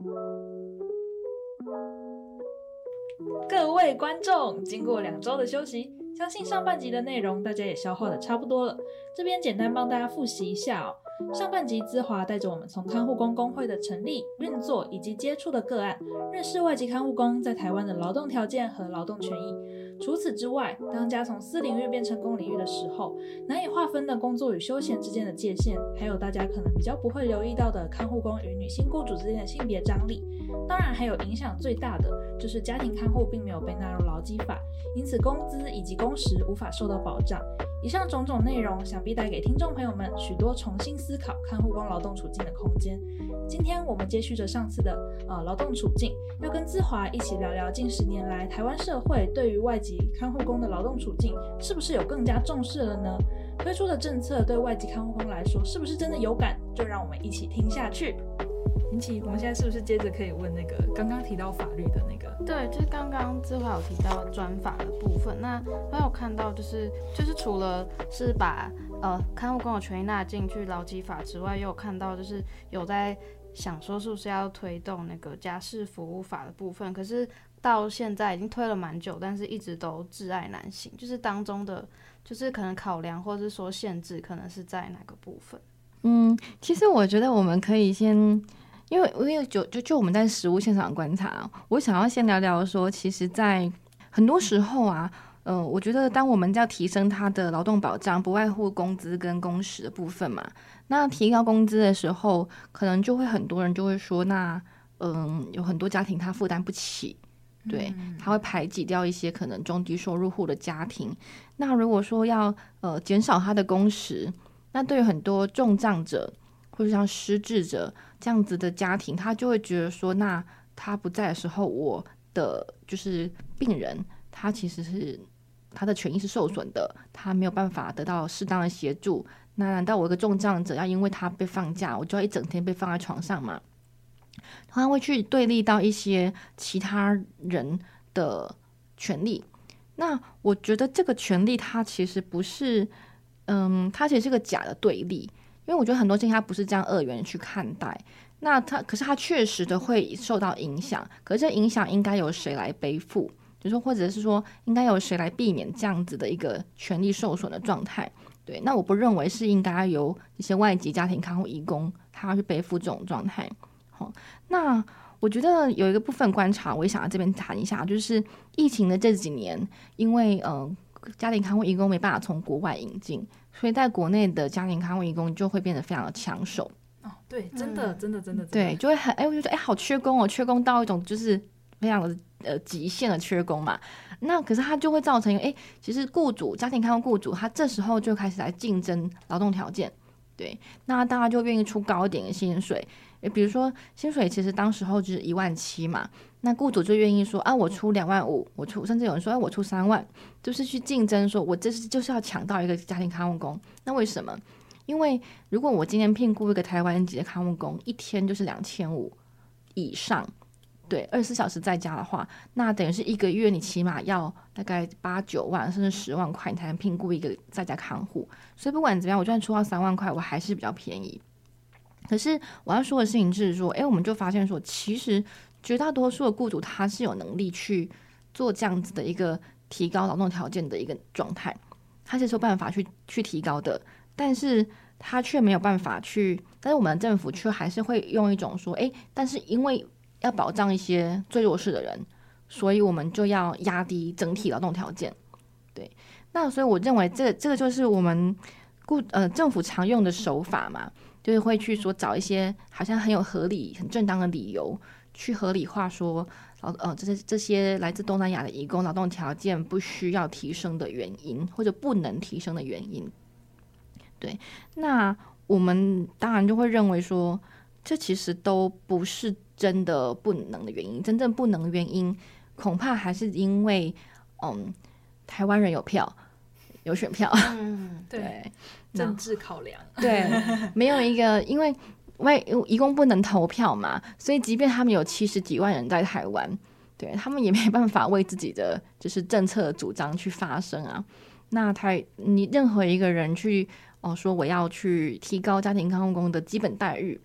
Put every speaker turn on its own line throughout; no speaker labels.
各位观众，经过2周的休息，相信上半集的内容大家也消化的差不多了。这边简单帮大家复习一下哦。上半集姿华带着我们从看护工工会的成立、运作以及接触的个案，认识外籍看护工在台湾的劳动条件和劳动权益。除此之外，当家从私领域变成公领域的时候，难以划分的工作与休闲之间的界限，还有大家可能比较不会留意到的看护工与女性雇主之间的性别张力。当然还有影响最大的就是家庭看护并没有被纳入劳基法，因此工资以及工时无法受到保障。以上种种内容想必带给听众朋友们许多重新思考看护工劳动处境的空间。今天我们接续着上次的劳动处境，要跟姿华一起聊聊近10年来台湾社会对于外籍看护工的劳动处境是不是有更加重视了呢？推出的政策对外籍看护工来说是不是真的有感？就让我们一起听下去。云奇，我们现在是不是接着可以问那个刚刚提到法律的那个？
对，就是刚刚姿华有提到专法的部分，那我有看到就是除了是把看护工的权益纳进去劳基法之外，又有看到就是有在想说是不是要推动那个家事服务法的部分，可是到现在已经推了蛮久，但是一直都窒碍难行，就是当中的就是可能考量或是说限制可能是在哪个部分？
其实我觉得我们可以先，因为就我们在实务现场观察，我想要先聊聊说，其实在很多时候啊，我觉得当我们要提升他的劳动保障，不外乎工资跟工时的部分嘛。那提高工资的时候，可能就会很多人就会说，那有很多家庭他负担不起，对，他会排挤掉一些可能中低收入户的家庭。那如果说要减少他的工时，那对于很多重障者或者像失智者这样子的家庭，他就会觉得说，那他不在的时候，我的就是病人，他其实是他的权益是受损的，他没有办法得到适当的协助。那难道我一个重障者要因为他被放假，我就要一整天被放在床上吗？他会去对立到一些其他人的权利。那我觉得这个权利它其实不是它其实是个假的对立，因为我觉得很多事情它不是这样二元的去看待。那可是它确实的会受到影响，可是这影响应该由谁来背负？就是说，或者是说，应该由谁来避免这样子的一个权利受损的状态？对，那我不认为是应该由一些外籍家庭看护移工他要去背负这种状态。那我觉得有一个部分观察，我也想要这边谈一下，就是疫情的这几年，因为家庭看护移工没办法从国外引进，所以在国内的家庭看护移工就会变得非常的抢手。
对，真的，
对，就会很我就觉得好缺工哦，缺工到一种就是非常的极限的缺工嘛。那可是它就会造成其实家庭看护雇主他这时候就开始来竞争劳动条件，对，那大家就愿意出高一点的薪水。比如说薪水其实当时候就是17000嘛，那雇主就愿意说我出25000，甚至有人说我出3万，就是去竞争，说我就是要抢到一个家庭看护工。那为什么？因为如果我今天聘雇一个台湾籍的看护工，一天就是2500以上，对，24小时在家的话，那等于是一个月你起码要大概8、9万甚至10万块，你才能聘雇一个在家看护。所以不管怎么样，我就算出到3万块，我还是比较便宜。可是我要说的事情是说，我们就发现说，其实绝大多数的雇主他是有能力去做这样子的一个提高劳动条件的一个状态，他是有办法去提高的，但是他却没有办法去，但是我们的政府却还是会用一种说，但是因为要保障一些最弱势的人，所以我们就要压低整体劳动条件。对，那所以我认为这个就是我们政府常用的手法嘛。就是会去说找一些好像很有合理、很正当的理由，去合理化说，这些来自东南亚的移工劳动条件不需要提升的原因，或者不能提升的原因。对，那我们当然就会认为说，这其实都不是真的不能的原因，真正不能的原因，恐怕还是因为，台湾人有票。有选票，
对，政治考量，
对，没有一个，因为移工不能投票嘛，所以即便他们有70几万人在台湾，对他们也没办法为自己的就是政策的主张去发声啊。那你任何一个人去说我要去提高家庭看护工的基本待遇，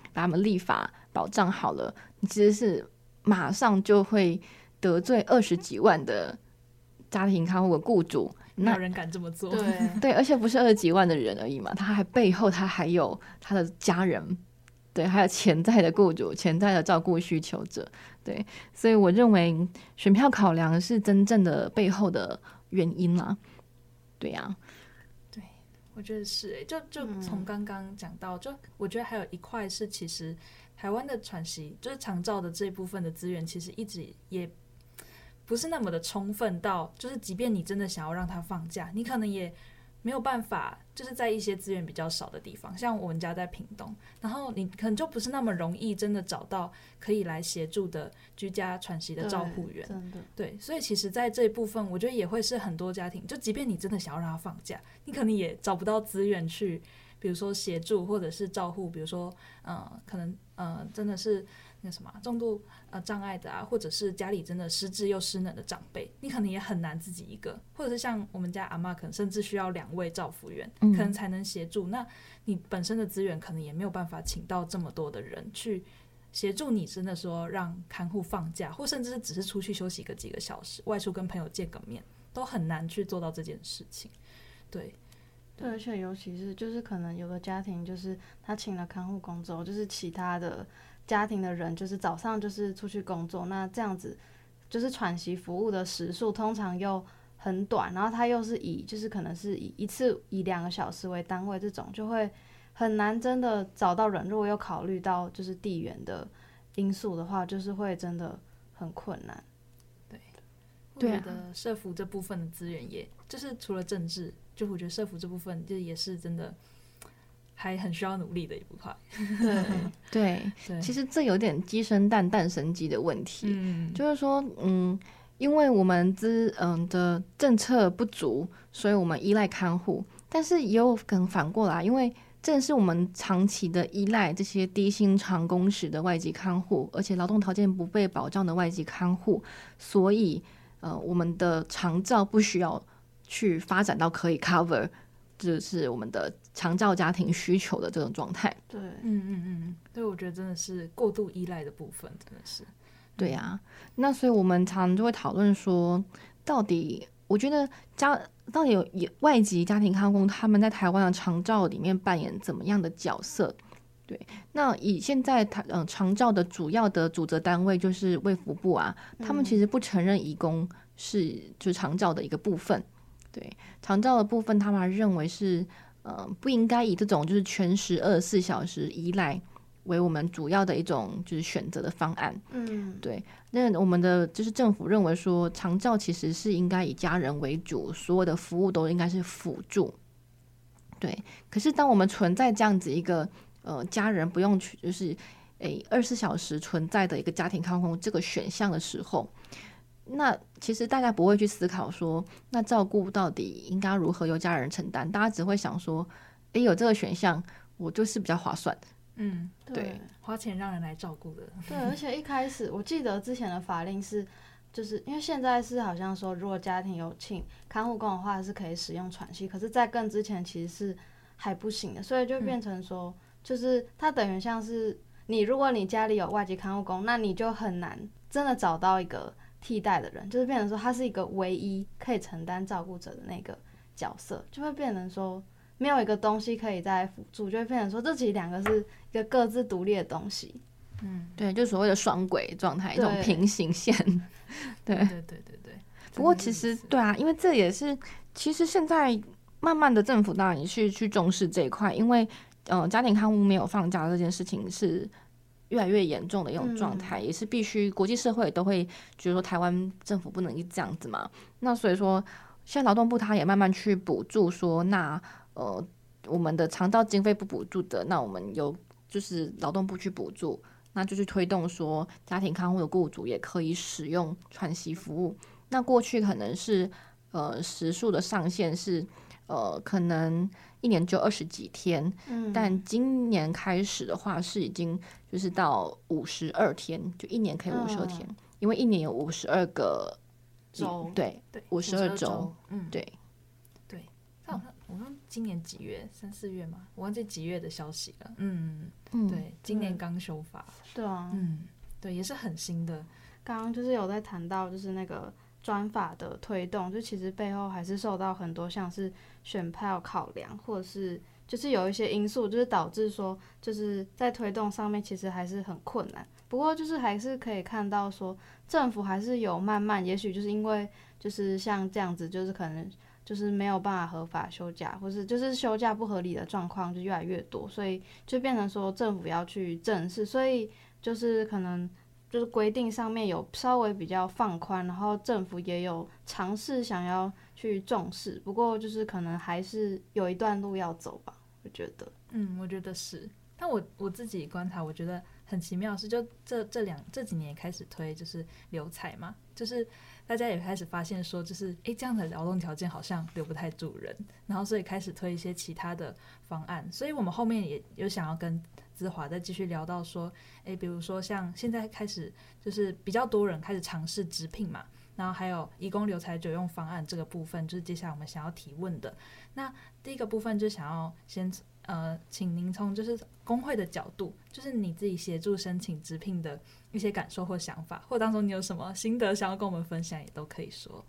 把他们立法保障好了，你其实是马上就会得罪20几万的家庭看护的雇主。
没有人敢这么做。
对，而且不是20几万的人而已嘛，他背后他还有他的家人，对，还有潜在的雇主、潜在的照顾需求者，对，所以我认为选票考量是真正的背后的原因啦，对呀、
对，我觉得是就从刚刚讲到，就我觉得还有一块是，其实台湾的喘息就是长照的这一部分的资源，其实一直也不是那么的充分到，就是即便你真的想要让他放假，你可能也没有办法，就是在一些资源比较少的地方，像我们家在屏东，然后你可能就不是那么容易真的找到可以来协助的居家喘息的照护员。
真的，
对，所以其实在这一部分，我觉得也会是很多家庭，就即便你真的想要让他放假，你可能也找不到资源去，比如说协助或者是照护，比如说可能真的是那什么重度障碍的啊，或者是家里真的失智又失能的长辈，你可能也很难自己一个，或者是像我们家阿嬷，可能甚至需要2位照服员，可能才能协助。那你本身的资源可能也没有办法请到这么多的人去协助你，真的说让看护放假，或甚至是只是出去休息几个小时，外出跟朋友见个面，都很难去做到这件事情。对，
而且尤其是就是可能有的家庭就是他请了看护工之后，就是其他的家庭的人就是早上就是出去工作，那这样子就是喘息服务的时数通常又很短，然后他又是就是可能是一次以2个小时为单位，这种就会很难真的找到人。如果又考虑到就是地缘的因素的话，就是会真的很困难。
我觉得社福这部分的资源也就是除了政治，就我觉得社福这部分就也是真的还很需要努力的一部分。
对，其实这有点鸡生蛋蛋生鸡的问题，就是说因为我们的政策不足，所以我们依赖看护，但是也有可能反过来，因为正是我们长期的依赖这些低薪长工时的外籍看护，而且劳动条件不被保障的外籍看护，所以我们的长照不需要去发展到可以 cover 就是我们的长照家庭需求的这种状态。
对，
对，我觉得真的是过度依赖的部分，真的是。
对啊，那所以我们常就会讨论说，到底我觉得到底有外籍家庭看护他们在台湾的长照里面扮演怎么样的角色？对，那以现在长照的主要的主责单位就是卫福部啊，他们其实不承认移工是就是长照的一个部分。对，长照的部分他们还认为是不应该以这种就是全时24小时依赖为我们主要的一种就是选择的方案。对，那我们的就是政府认为说长照其实是应该以家人为主，所有的服务都应该是辅助。对，可是当我们存在这样子一个家人不用去就是24小时存在的一个家庭看护这个选项的时候，那其实大家不会去思考说那照顾到底应该如何由家人承担，大家只会想说有这个选项我就是比较划算。对，
花钱让人来照顾的。
对，而且一开始我记得之前的法令是，就是因为现在是好像说，如果家庭有请看护工的话，是可以使用喘息，可是在更之前其实是还不行的，所以就变成说，就是它等于像是如果你家里有外籍看护工，那你就很难真的找到一个替代的人，就是变成说他是一个唯一可以承担照顾者的那个角色，就会变成说没有一个东西可以再辅助，就会变成说这其实2个是一个各自独立的东西。
对，就所谓的双轨状态，这种平行线。对。不过其实对啊，因为这也是其实现在慢慢的政府当然也是去重视这一块，因为家庭看护没有放假这件事情是越来越严重的一种状态，也是必须国际社会都会觉得说台湾政府不能这样子嘛。那所以说现在劳动部他也慢慢去补助说，那我们的长照经费不补助的，那我们有就是劳动部去补助，那就去推动说家庭看护的雇主也可以使用喘息服务。那过去可能是时数的上限是可能1年就20几天，但今年开始的话是已经就是到52天，就1年可以52天，因为1年有52个
周，
对，52周，对。
我说今年几月，3、4月吗？我忘记几月的消息了。对，今年刚修法。
对啊，
对，也是很新的。
刚刚就是有在谈到就是那个专法的推动，就其实背后还是受到很多像是选票考量，或者是就是有一些因素，就是导致说就是在推动上面其实还是很困难。不过就是还是可以看到说政府还是有慢慢，也许就是因为就是像这样子，就是可能就是没有办法合法休假，或是就是休假不合理的状况就越来越多，所以就变成说政府要去正视，所以就是可能就是规定上面有稍微比较放宽，然后政府也有尝试想要去重视，不过就是可能还是有一段路要走吧，我觉得。
我觉得是。但我自己观察，我觉得很奇妙的是，就这几年也开始推就是留才嘛，就是大家也开始发现说，就是这样的劳动条件好像留不太住人，然后所以开始推一些其他的方案。所以我们后面也有想要跟姿华再继续聊到说，比如说像现在开始就是比较多人开始尝试直聘嘛，然后还有移工留才久用方案这个部分，就是接下来我们想要提问的。那第一个部分就想要先请您从就是工会的角度，就是你自己协助申请直聘的一些感受或想法，或当中你有什么心得想要跟我们分享，也都可以说。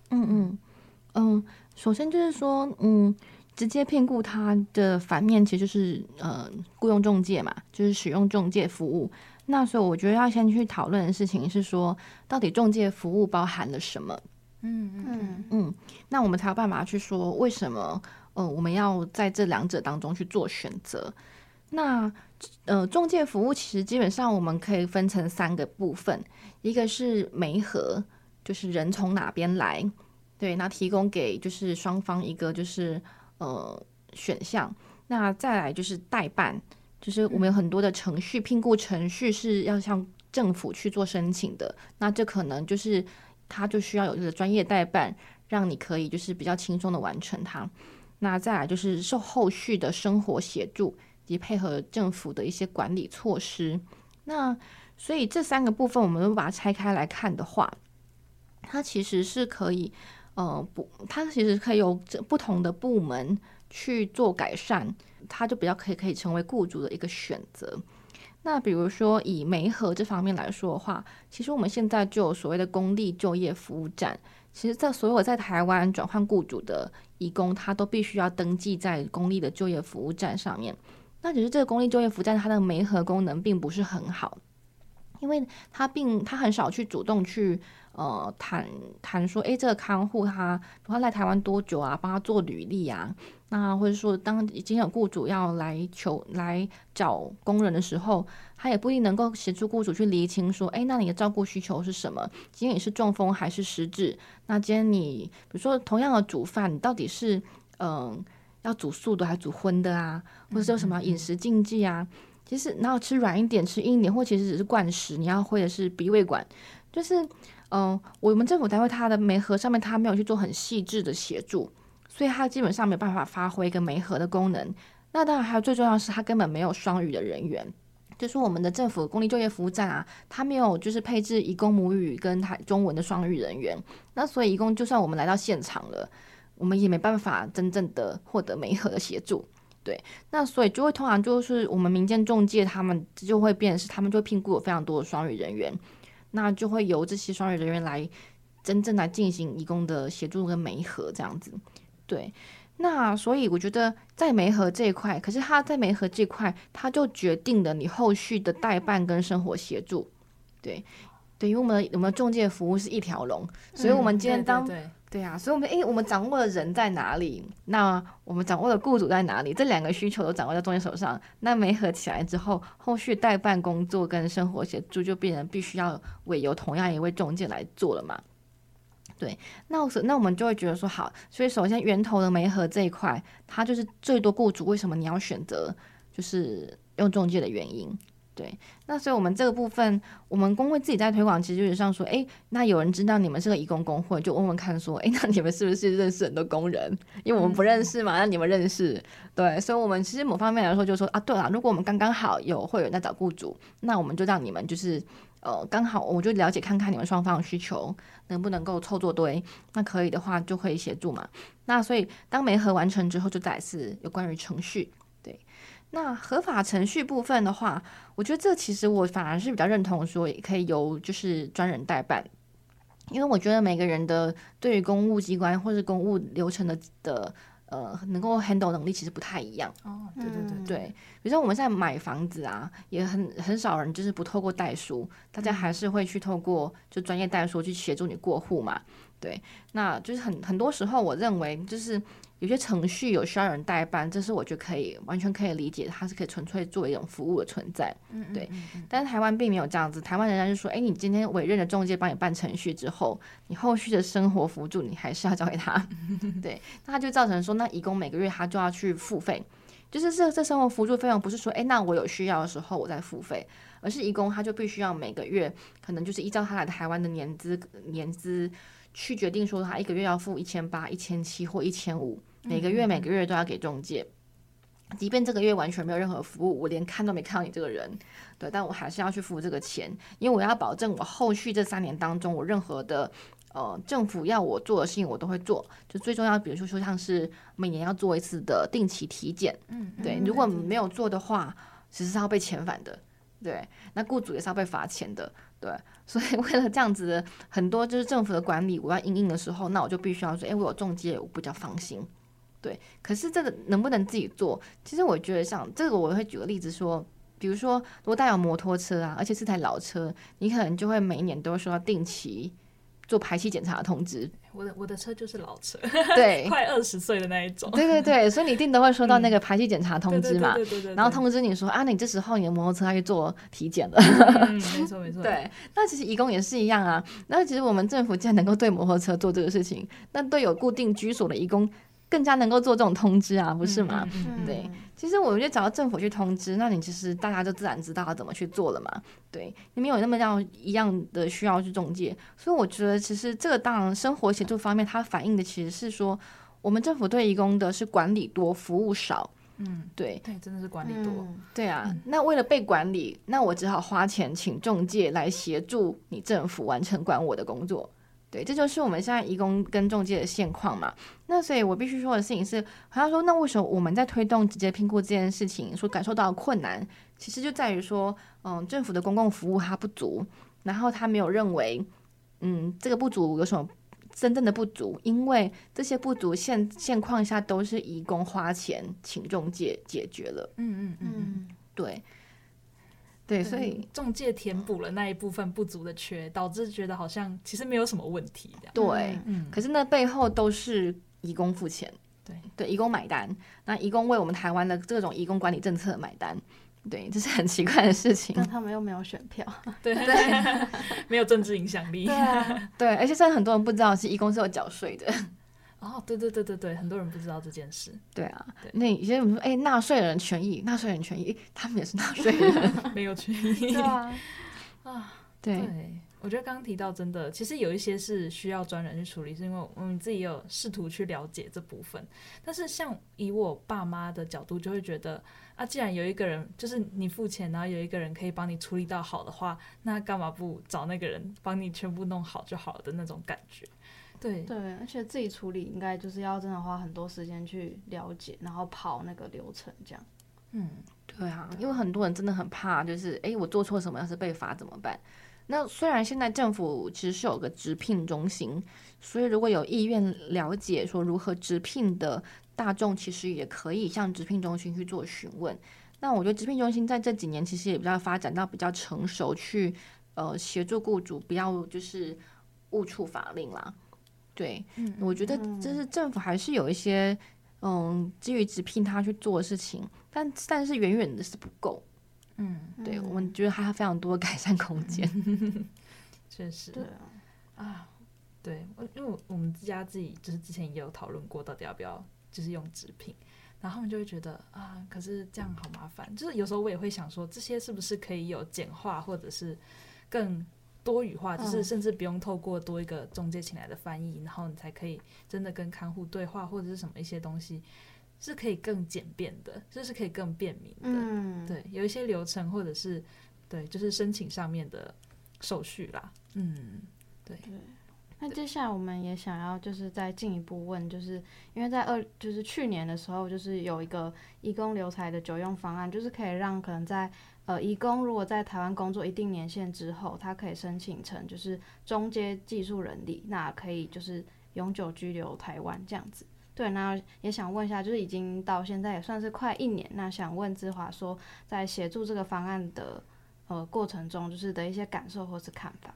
首先就是说，直接聘雇它的反面其实就是雇佣中介嘛，就是使用中介服务。那所以我觉得要先去讨论的事情是说，到底中介服务包含了什么？那我们才有办法去说为什么我们要在这两者当中去做选择。那中介服务其实基本上我们可以分成3个部分，一个是媒合，就是人从哪边来，对，那提供给就是双方一个就是选项。那再来就是代办，就是我们有很多的程序，聘雇程序是要向政府去做申请的，那这可能就是它就需要有这个专业代办，让你可以就是比较轻松的完成它。那再来就是受后续的生活协助以及配合政府的一些管理措施。那所以这3个部分我们都把它拆开来看的话，它其实是可以它其实可以由不同的部门去做改善，它就比较可以成为雇主的一个选择。那比如说以媒合这方面来说的话，其实我们现在就有所谓的公立就业服务站，其实在所有在台湾转换雇主的移工，他都必须要登记在公立的就业服务站上面。那只是这个公立就业服务站它的媒合功能并不是很好，因为他很少去主动去谈说，这个看护他来台湾多久啊，帮他做履历啊，那或者说当已经有雇主要来找工人的时候，他也不一定能够协助雇主去厘清说，那你的照顾需求是什么？今天你是中风还是失智？那今天你比如说同样的煮饭，你到底是要煮素的还是煮荤的啊？或者是有什么饮食禁忌啊？其实然后吃软一点，吃硬一点，或其实只是灌食，你要会的是鼻胃管，就是我们政府单位它的媒合上面它没有去做很细致的协助，所以它基本上没有办法发挥一个媒合的功能。那当然还有最重要的是它根本没有双语的人员，就是我们的政府公立就业服务站啊，它没有就是配置移工母语跟中文的双语人员，那所以移工就算我们来到现场了，我们也没办法真正的获得媒合的协助。对，那所以就会通常就是我们民间中介他们就会变成是他们就聘雇有非常多的双语人员，那就会由这些双语人员来真正来进行移工的协助跟媒合这样子。对，那所以我觉得在媒合这一块，可是他在媒合这一块，他就决定了你后续的代办跟生活协助。对，因为我们的中介服务是一条龙，所以我们今天对啊，所以我们掌握的人在哪里？那我们掌握的雇主在哪里？这2个需求都掌握在中介手上。那媒合起来之后，后续代办工作跟生活协助就变成必须要委由同样一位中介来做了嘛。对，那我们就会觉得说好，所以首先源头的媒合这一块，它就是最多雇主为什么你要选择就是用中介的原因。对，那所以我们这个部分，我们工会自己在推广，其实就是像说，那有人知道你们是个移工工会，就问问看说，那你们是不是认识很多工人？因为我们不认识嘛，那你们认识？对，所以我们其实某方面来说，就说啊，对啦，如果我们刚刚好会有人在找雇主，那我们就让你们就是刚好我就了解看看你们双方的需求能不能够凑作对，那可以的话就可以协助嘛。那所以当媒合完成之后，就再来是有关于程序。对，那合法程序部分的话，我觉得这其实我反而是比较认同说，也可以由就是专人代办。因为我觉得每个人的对于公务机关或是公务流程的能够 handle 能力其实不太一样。
对对对
对，比如说我们现在买房子啊，也很少人就是不透过代书，大家还是会去透过就专业代书去协助你过户嘛。对，那就是很多时候我认为就是有些程序有需要人代办，这是我觉得完全可以理解，它是可以纯粹作为一种服务的存在。对，但是台湾并没有这样子，台湾人家就说，你今天委任的中介帮你办程序之后，你后续的生活辅助你还是要交给他。对，那他就造成说，那移工每个月他就要去付费，就是这生活辅助费用不是说，那我有需要的时候我再付费，而是移工他就必须要每个月可能就是依照他来台湾的年资去决定说他一个月要付1800、1700或1500，每个月都要给中介。即便这个月完全没有任何服务，我连看都没看到你这个人，对，但我还是要去付这个钱，因为我要保证我后续这3年当中，我任何的政府要我做的事情我都会做。就最重要，比如说像是每年要做一次的定期体检，对，如果没有做的话，其实是要被遣返的，对，那雇主也是要被罚钱的，对，所以为了这样子的很多就是政府的管理，我要因应的时候，那我就必须要说，我有中介，我比较放心。对，可是这个能不能自己做？其实我觉得像这个，我会举个例子说，比如说如果大家有摩托车啊，而且是台老车，你可能就会每一年都会收到定期做排气检查的通知。
我的车就是老车，
对，
快20岁的那一种。
对对对，所以你一定都会收到那个排气检查通知嘛，
对，
然后通知你说你这时候你的摩托车要去做体检了。
没错没错。
对，那其实移工也是一样啊。那其实我们政府既然能够对摩托车做这个事情，那对有固定居所的移工更加能够做这种通知啊，不是吗？对，其实我觉得只要政府去通知，那你其实大家就自然知道要怎么去做了嘛。对，你没有那么一样的需要去中介，所以我觉得其实这个当然生活协助方面，它反映的其实是说，我们政府对移工的是管理多，服务少。对，
真的是管理多。
对啊，那为了被管理，那我只好花钱请中介来协助你政府完成管我的工作。对，这就是我们现在移工跟中介的现况嘛。那所以我必须说的事情是，好像说，那为什么我们在推动直接聘雇这件事情所感受到的困难，其实就在于说，政府的公共服务它不足，然后他没有认为，这个不足有什么真正的不足，因为这些不足现况下都是移工花钱请中介解决了。对。对，所以
中介填补了那一部分不足的缺，导致觉得好像其实没有什么问题的。
对，可是那背后都是移工付钱，对，移工买单。那移工为我们台湾的这种移工管理政策买单，对，这是很奇怪的事情。
但他们又没有选票，
对，没有政治影响力。
对，而且现在很多人不知道是移工是有缴税的。
对，很多人不知道这件事。
对啊，那有些人说，纳税人权益，他们也是纳税人，
没有权益。
对啊，
对，
我觉得刚刚提到真的，其实有一些是需要专人去处理，是因为我们自己也有试图去了解这部分。但是像以我爸妈的角度，就会觉得既然有一个人就是你付钱，然后有一个人可以帮你处理到好的话，那干嘛不找那个人帮你全部弄好就好了的那种感觉。对，
而且自己处理应该就是要真的花很多时间去了解，然后跑那个流程这样。
对啊，因为很多人真的很怕，就是我做错什么要是被罚怎么办？那虽然现在政府其实是有个职聘中心，所以如果有意愿了解说如何职聘的大众，其实也可以向职聘中心去做询问。那我觉得职聘中心在这几年其实也比较发展到比较成熟，去协助雇主不要就是误触法令啦。对，我觉得就是政府还是有一些基于职聘他去做的事情，但是远远的是不够。对，我们觉得还有非常多的改善空间。
确实。
对
对，因为我们家自己就是之前也有讨论过，到底要不要就是用职聘，然后他们就会觉得可是这样好麻烦。就是有时候我也会想说，这些是不是可以有简化，或者是更多语化，就是甚至不用透过多一个中介请来的翻译，然后你才可以真的跟看护对话，或者是什么一些东西是可以更简便的，就是可以更便民的。对，有一些流程或者是对，就是申请上面的手续啦。对。
那接下来我们也想要就是再进一步问，就是因为在就是去年的时候，就是有一个移工留才的9用方案，就是可以让可能在移工如果在台湾工作一定年限之后，他可以申请成就是中阶技术人力，那可以就是永久居留台湾这样子。对，那也想问一下，就是已经到现在也算是快1年，那想问姿华说，在协助这个方案的过程中，就是的一些感受或是看法。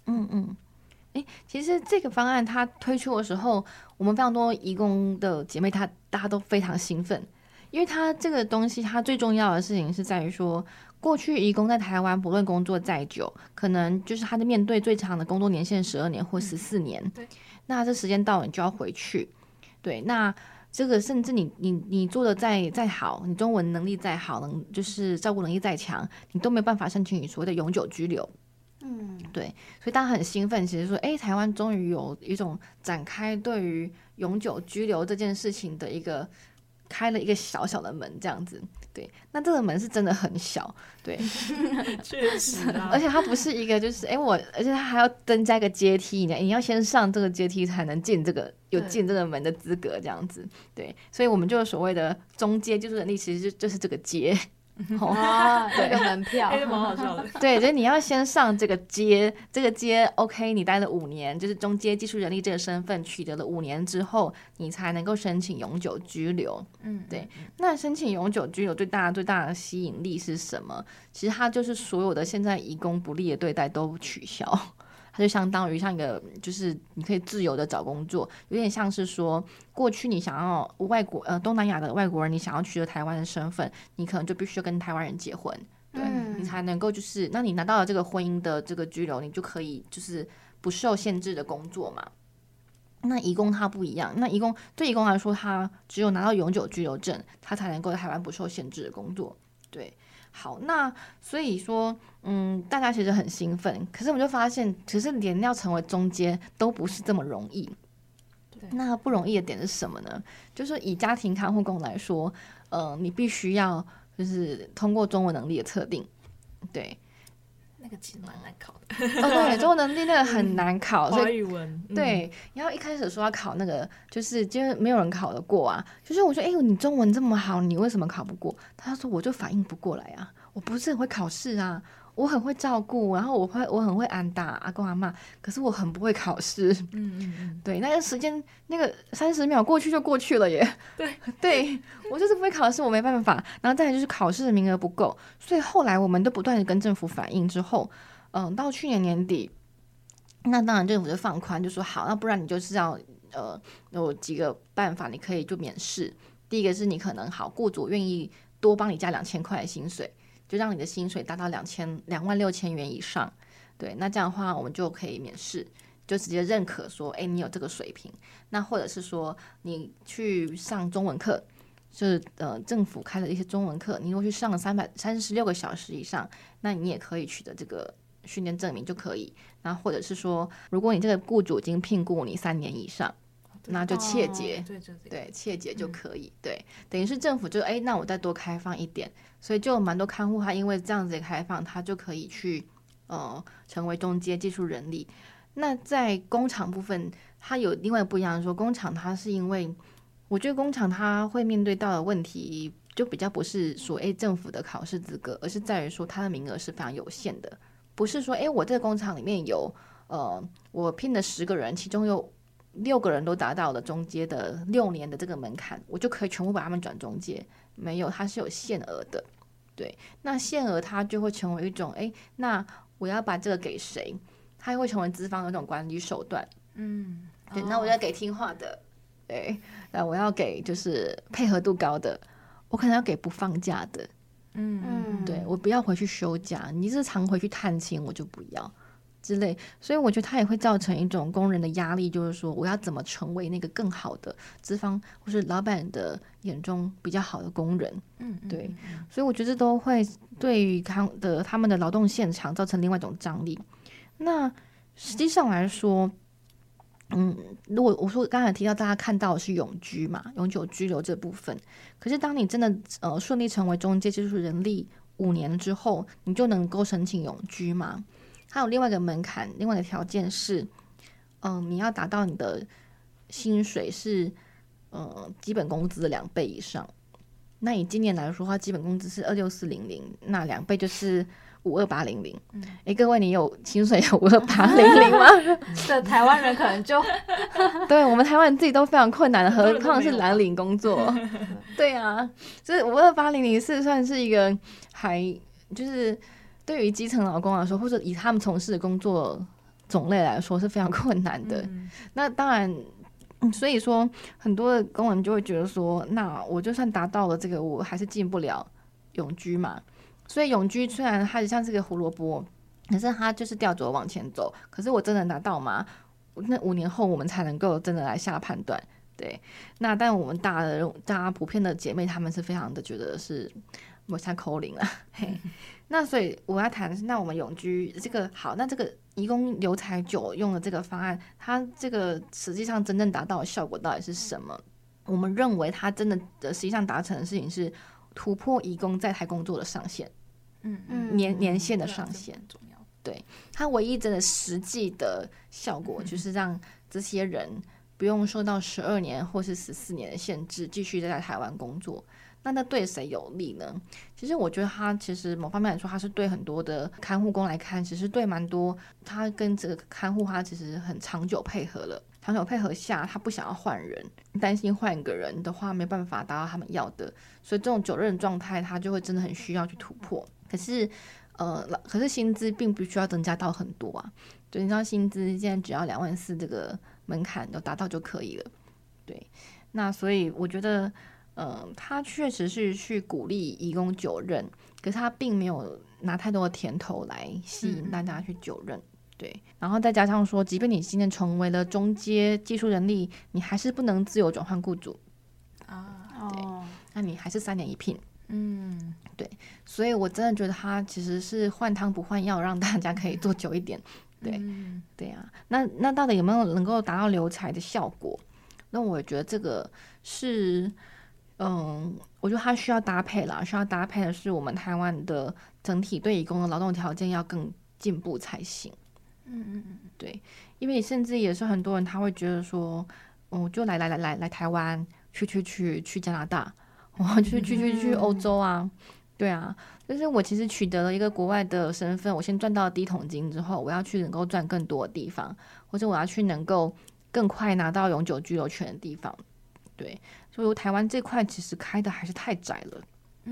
其实这个方案它推出的时候，我们非常多移工的姐妹大家都非常兴奋，因为它这个东西它最重要的事情是在于说，过去移工在台湾不论工作再久，可能就是他的面对最长的工作年限12年或14年，
对，
那这时间到了你就要回去，对，那这个甚至你做的再好，你中文能力再好，就是照顾能力再强，你都没有办法申请你所谓的永久居留。对，所以大家很兴奋，其实说，台湾终于有一种展开对于永久居留这件事情的开了一个小小的门，这样子。对，那这个门是真的很小，对，
确实啊，
而且它不是一个就是而且它还要增加一个阶梯，你要先上这个阶梯才能进这个进这个门的资格，这样子。对，所以我们就所谓的中阶技术能力，其实就是这个阶。
那个门票，
蛮好笑的。
对，就是你要先上这个阶，OK， 你待了5年，就是中阶技术人力这个身份取得了5年之后，你才能够申请永久居留。对。那申请永久居留最大的吸引力是什么？其实它就是所有的现在移工不利的对待都取消。它就相当于像一个，就是你可以自由的找工作，有点像是说，过去你想要东南亚的外国人，你想要取得台湾的身份，你可能就必须要跟台湾人结婚，对，你才能够那你拿到了这个婚姻的这个居留，你就可以就是不受限制的工作嘛。那移工他不一样，对移工来说，他只有拿到永久居留证，他才能够在台湾不受限制的工作，对。好，那所以说，大家其实很兴奋，可是我们就发现，其实连要成为中阶都不是这么容易。那不容易的点是什么呢？就是以家庭看护工来说，你必须要就是通过中文能力的测定，对。
那个其实蛮难考的。
对，中文能力那个很难考，
华语文。
对，然后一开始说要考那个，就是没有人考得过啊。就是我说，你中文这么好，你为什么考不过？他说我就反应不过来啊，我不是很会考试啊，我很会照顾，然后我很会安打阿公阿嬷，可是我很不会考试。对，那个时间那个30秒过去就过去了耶。对，我就是不会考试，我没办法。然后再来就是考试的名额不够，所以后来我们都不断的跟政府反映之后，到去年年底，那当然政府就放宽，就说好，那不然你就是要有几个办法，你可以就免试。第一个是你可能雇主愿意多帮你加2000块的薪水，就让你的薪水达到26000元以上。对，那这样的话我们就可以免试，就直接认可说，你有这个水平。那或者是说你去上中文课，就是政府开了一些中文课，你如果去上了336个小时以上，那你也可以取得这个训练证明就可以。那或者是说，如果你这个雇主已经聘雇你3年以上，那就切结，对，切结就可以。对，等于是政府就那我再多开放一点，所以就有蛮多看护他因为这样子的开放，他就可以去成为中阶技术人力。那在工厂部分，它有另外不一样的说，工厂它是因为我觉得工厂它会面对到的问题，就比较不是说政府的考试资格，而是在于说它的名额是非常有限的，不是说我这个工厂里面有我聘了10个人，其中有6个人都达到了中阶的6年的这个门槛，我就可以全部把他们转中阶，没有，它是有限额的。对，那限额它就会成为一种那我要把这个给谁，它会成为资方的那种管理手段。对，那我要给听话的，对，那我要给就是配合度高的，我可能要给不放假的。对，我不要回去休假，你是常回去探亲我就不要之类。所以我觉得它也会造成一种工人的压力，就是说我要怎么成为那个更好的资方或是老板的眼中比较好的工人。对，所以我觉得都会对于他们的劳动现场造成另外一种张力。那实际上来说，如果我说刚才提到大家看到的是永居嘛，永久居留这部分，可是当你真的顺利成为中阶技术人力5年之后，你就能够申请永居嘛？ 还有另外一个门槛，另外一个条件是，你要达到你的薪水是基本工资的2倍以上。那以今年来说的话，基本工资是26400，那2倍就是52800。各位，你有薪水有52800吗？
这台湾人可能就
对，我们台湾人自己都非常困难的，何况是蓝领工作。对啊，就是52800是算是一个还就是对于基层劳工来说，或者以他们从事的工作种类来说是非常困难的。那当然。所以说，很多的工人就会觉得说，那我就算达到了这个，我还是进不了永居嘛。所以永居虽然它像是个胡萝卜，可是它就是吊着往前走。可是我真的拿到吗？那5年后我们才能够真的来下判断。对，那但我们大家普遍的姐妹，她们是非常的觉得是我像扣零了。那所以我要谈的是，那我们永居这个好，那这个移工留才久用的这个方案，它这个实际上真正达到的效果到底是什么？我们认为它真的实际上达成的事情是突破移工在台工作的上限，年限的上限。对，它唯一真的实际的效果就是让这些人不用受到12年或是14年的限制，继续在台湾工作。那对谁有利呢？其实我觉得他其实某方面来说，他是对很多的看护工来看，其实对蛮多，他跟这个看护他其实很长久配合了，长久配合下，他不想要换人，担心换一个人的话没办法达到他们要的，所以这种久任状态，他就会真的很需要去突破。可是薪资并不需要增加到很多啊，对，你知道薪资现在只要24000这个门槛有达到就可以了，对，那所以我觉得。他确实是去鼓励移工久任，可是他并没有拿太多的甜头来吸引大家去久任，对。然后再加上说，即便你今天成为了中阶技术人力，你还是不能自由转换雇主对，那你还是3年一聘，对。所以我真的觉得他其实是换汤不换药，让大家可以做久一点，对，对啊。那到底有没有能够达到留才的效果？那我觉得这个是。我觉得它需要搭配啦，需要搭配的是我们台湾的整体对移工的劳动条件要更进步才行。对，因为甚至也是很多人他会觉得说，就来台湾，去加拿大，去欧洲啊，对啊，就是我其实取得了一个国外的身份，我先赚到第一桶金之后，我要去能够赚更多的地方，或者我要去能够更快拿到永久居留权的地方，对。所以台湾这块其实开的还是太窄了。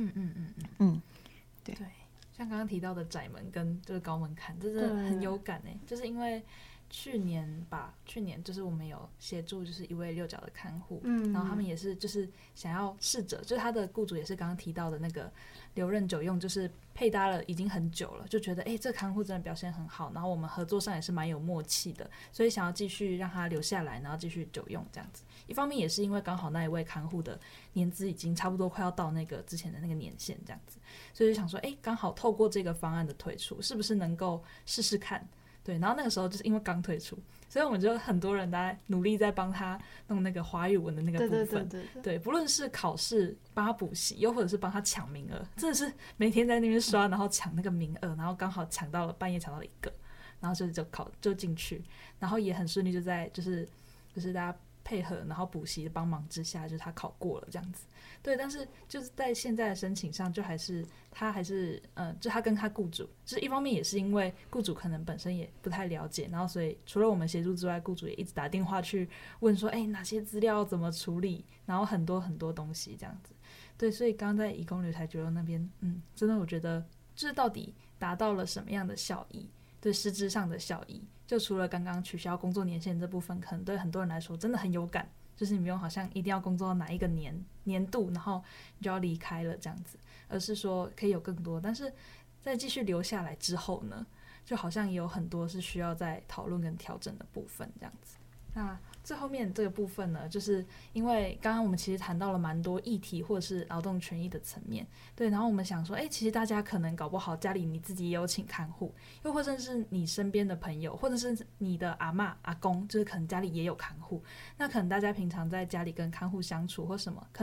对。
像刚刚提到的窄门跟就是高门槛，这真的很有感欸。就是因为去年就是我们有协助就是一位6角的看护，然后他们也是就是想要试着，就是他的雇主也是刚刚提到的那个留任久用，就是配搭了已经很久了，就觉得这看护真的表现很好，然后我们合作上也是蛮有默契的，所以想要继续让他留下来，然后继续久用这样子。一方面也是因为刚好那一位看护的年资已经差不多快要到那个之前的那个年限这样子，所以就想说刚好透过这个方案的推出，是不是能够试试看。对，然后那个时候就是因为刚推出，所以我们就很多人大家努力在帮他弄那个华语文的那个部分，对，不论是考试帮他补习，又或者是帮他抢名额，真的是每天在那边刷，然后抢那个名额，然后刚好抢到了，半夜抢到了1个，然后就进去，然后也很顺利，就在就是大家配合，然后补习的帮忙之下，就是他考过了这样子。对，但是就是在现在的申请上，就他还是就他跟他雇主，就是一方面也是因为雇主可能本身也不太了解，然后所以除了我们协助之外，雇主也一直打电话去问说，哪些资料怎么处理，然后很多很多东西这样子。对，所以刚刚在移工留才久用那边，真的我觉得就是到底达到了什么样的效益，对实质上的效益。就除了刚刚取消工作年限这部分，可能对很多人来说真的很有感，就是你不用好像一定要工作到哪一个年度，然后你就要离开了这样子，而是说可以有更多，但是在继续留下来之后呢，就好像也有很多是需要再讨论跟调整的部分这样子。那最后面这个部分呢，就是因为刚刚我们其实谈到了蛮多议题或者是劳动权益的层面，对，然后我们想说其实大家可能搞不好家里你自己也有请看护，又或者是你身边的朋友，或者是你的阿嬷阿公，就是可能家里也有看护，那可能大家平常在家里跟看护相处或什么，可能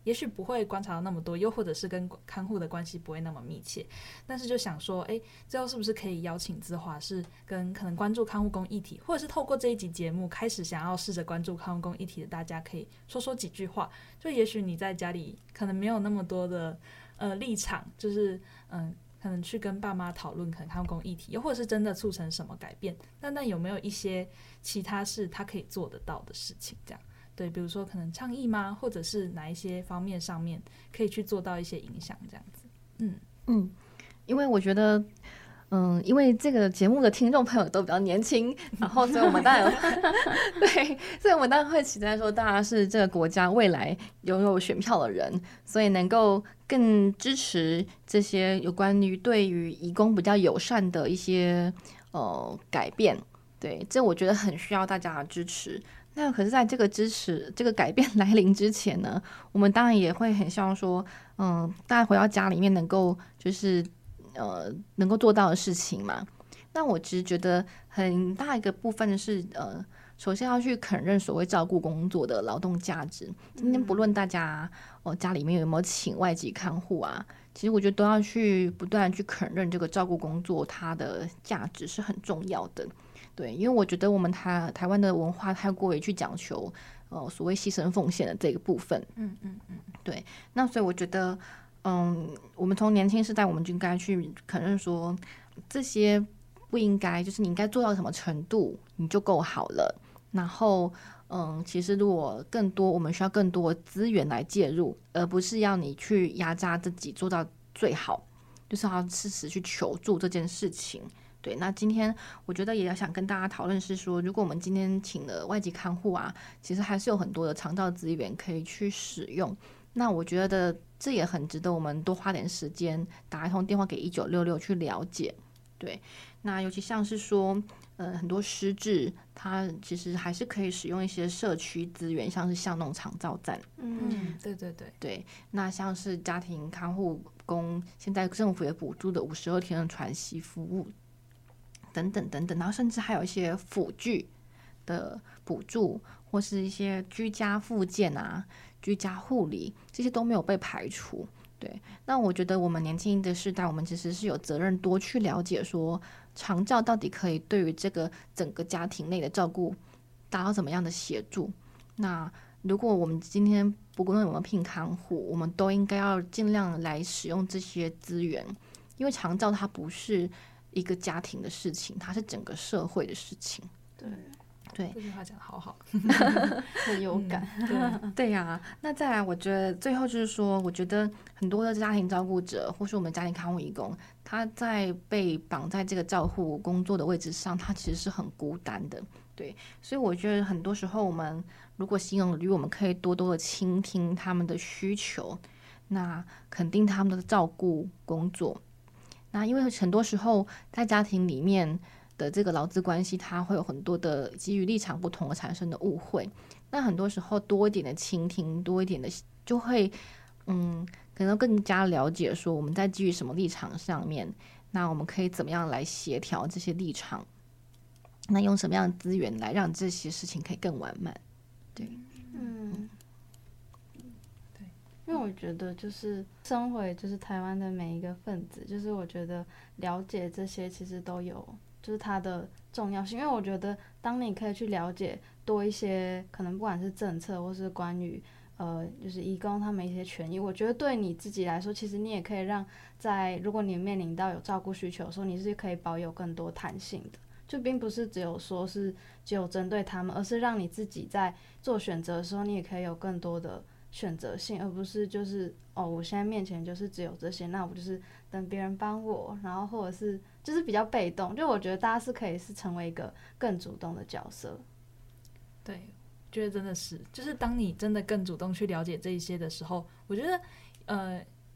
也许不会观察到那么多，又或者是跟看护的关系不会那么密切，但是就想说，最后是不是可以邀请姿华是跟可能关注看护工议题，或者是透过这一集节目开始想要试着关注看护工议题的大家，可以说几句话。就也许你在家里可能没有那么多的立场，就是可能去跟爸妈讨论可能看护工议题，又或者是真的促成什么改变，但有没有一些其他是他可以做得到的事情，这样。对，比如说可能倡议吗，或者是哪一些方面上面可以去做到一些影响，这样子。
因为我觉得，因为这个节目的听众朋友都比较年轻，然后所以我们当然对，所以我们当然会期待说，大家是这个国家未来拥有选票的人，所以能够更支持这些有关于对于移工比较友善的一些改变。对，这我觉得很需要大家的支持。那可是在这个支持这个改变来临之前呢，我们当然也会很希望说，大家回到家里面能够就是能够做到的事情嘛。那我其实觉得很大一个部分是首先要去肯认所谓照顾工作的劳动价值。今天不论大家家里面有没有请外籍看护啊，其实我觉得都要去不断去肯认这个照顾工作它的价值是很重要的。对，因为我觉得我们台湾的文化太过于去讲求所谓牺牲奉献的这个部分。对，那所以我觉得我们从年轻时代我们就应该去肯认说，这些不应该就是你应该做到什么程度你就够好了。然后其实如果更多，我们需要更多资源来介入，而不是要你去压榨自己做到最好，就是要适时去求助这件事情。对，那今天我觉得也要想跟大家讨论是说，如果我们今天请了外籍看护啊，其实还是有很多的长照资源可以去使用。那我觉得这也很值得我们多花点时间打一通电话给1966去了解。对，那尤其像是说很多失智，它其实还是可以使用一些社区资源，像是像那种长照站。对，那像是家庭看护工，现在政府也补助的52天的传息服务等等等等，然后甚至还有一些辅具的补助，或是一些居家复健啊、居家护理，这些都没有被排除。对，那我觉得我们年轻的世代，我们其实是有责任多去了解说，长照到底可以对于这个整个家庭内的照顾达到怎么样的协助。那如果我们今天不论有没有聘看护，我们都应该要尽量来使用这些资源，因为长照它不是一个家庭的事情，它是整个社会的事情。对，
这句话讲得好好，
很有感。
对呀，那再来，我觉得最后就是说，我觉得很多的家庭照顾者，或是我们家庭看护移工，他在被绑在这个照护工作的位置上，他其实是很孤单的。对，所以我觉得很多时候，我们如果心有余，我们可以多多的倾听他们的需求，那肯定他们的照顾工作。那因为很多时候在家庭里面的这个劳资关系，它会有很多的基于立场不同而产生的误会。那很多时候多一点的倾听，多一点的就会可能更加了解说我们在基于什么立场上面，那我们可以怎么样来协调这些立场，那用什么样的资源来让这些事情可以更完满。对，
因为我觉得就是身为就是台湾的每一个分子，就是我觉得了解这些其实都有就是它的重要性。因为我觉得当你可以去了解多一些可能不管是政策或是关于就是移工他们一些权益，我觉得对你自己来说，其实你也可以让如果你面临到有照顾需求的时候，你是可以保有更多弹性的，就并不是只有针对他们，而是让你自己在做选择的时候，你也可以有更多的选择性，而不是就是我现在面前就是只有这些，那我就是等别人帮我，然后或者是就是比较被动。就我觉得大家是可以是成为一个更主动的角色。
对，觉得真的是，就是当你真的更主动去了解这一些的时候，我觉得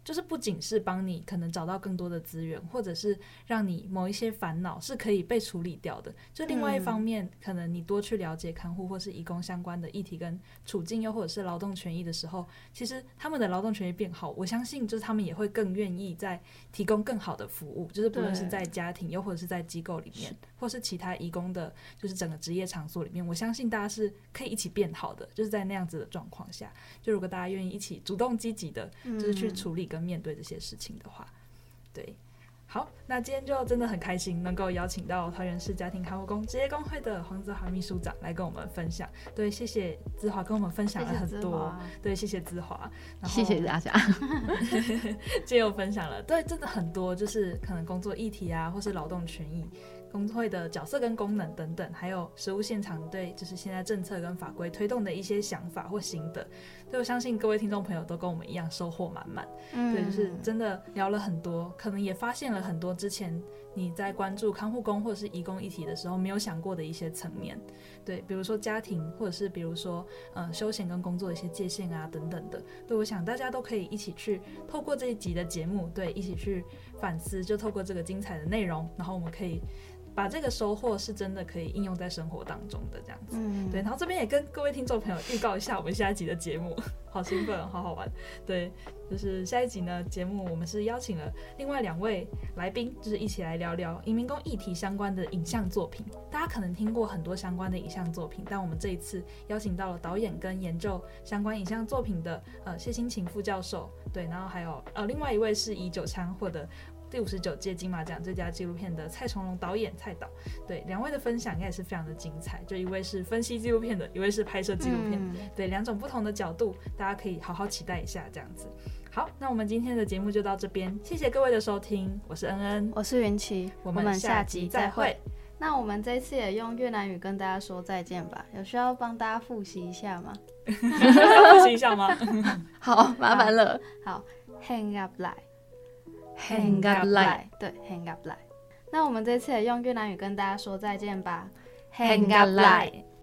就是不仅是帮你可能找到更多的资源，或者是让你某一些烦恼是可以被处理掉的，就另外一方面，可能你多去了解看护或是移工相关的议题跟处境，又或者是劳动权益的时候，其实他们的劳动权益变好，我相信就是他们也会更愿意在提供更好的服务，就是不论是在家庭又或者是在机构里面，或是其他移工的就是整个职业场所里面，我相信大家是可以一起变好的，就是在那样子的状况下，就如果大家愿意一起主动积极的就是去处理跟面对这些事情的话，对。好，那今天就真的很开心能够邀请到桃园市家庭看护工职业工会的黄姿华秘书长来跟我们分享。对，谢谢姿华跟我们分享了很多。对，谢谢姿华，
谢谢大家。
今天有分享了，对，真的很多，就是可能工作议题啊，或是劳动权益。工会的角色跟功能等等，还有实务现场对就是现在政策跟法规推动的一些想法或心得，对，我相信各位听众朋友都跟我们一样收获满满。对，就是真的聊了很多，可能也发现了很多之前你在关注看护工或者是移工议题的时候没有想过的一些层面。对，比如说家庭，或者是比如说休闲跟工作的一些界限啊等等的。对，我想大家都可以一起去透过这一集的节目，对，一起去反思，就透过这个精彩的内容，然后我们可以把这个收获是真的可以应用在生活当中的这样子。对，然后这边也跟各位听众朋友预告一下我们下一集的节目，好兴奋，好好玩。对，就是下一集呢节目我们是邀请了另外2位来宾，就是一起来聊聊移民工议题相关的影像作品。大家可能听过很多相关的影像作品，但我们这一次邀请到了导演跟研究相关影像作品的谢欣晴副教授。对，然后还有另外一位是以9枪获得第59届金马奖最佳纪录片的蔡崇隆导演蔡导。对，2位的分享应该也是非常的精彩，就一位是分析纪录片的，一位是拍摄纪录片的。对，2种不同的角度，大家可以好好期待一下这样子。好，那我们今天的节目就到这边，谢谢各位的收听，我是恩恩，
我是云琪，
我们下集再会。
那我们这一次也用越南语跟大家说再见吧，有需要帮大家复习一下吗？
复习一下吗？
好，麻烦了。
好 ，hang up line。Hang
up line，
对 ，hang up line。那我们这次也用越南语跟大家说再见吧。
Hang up line。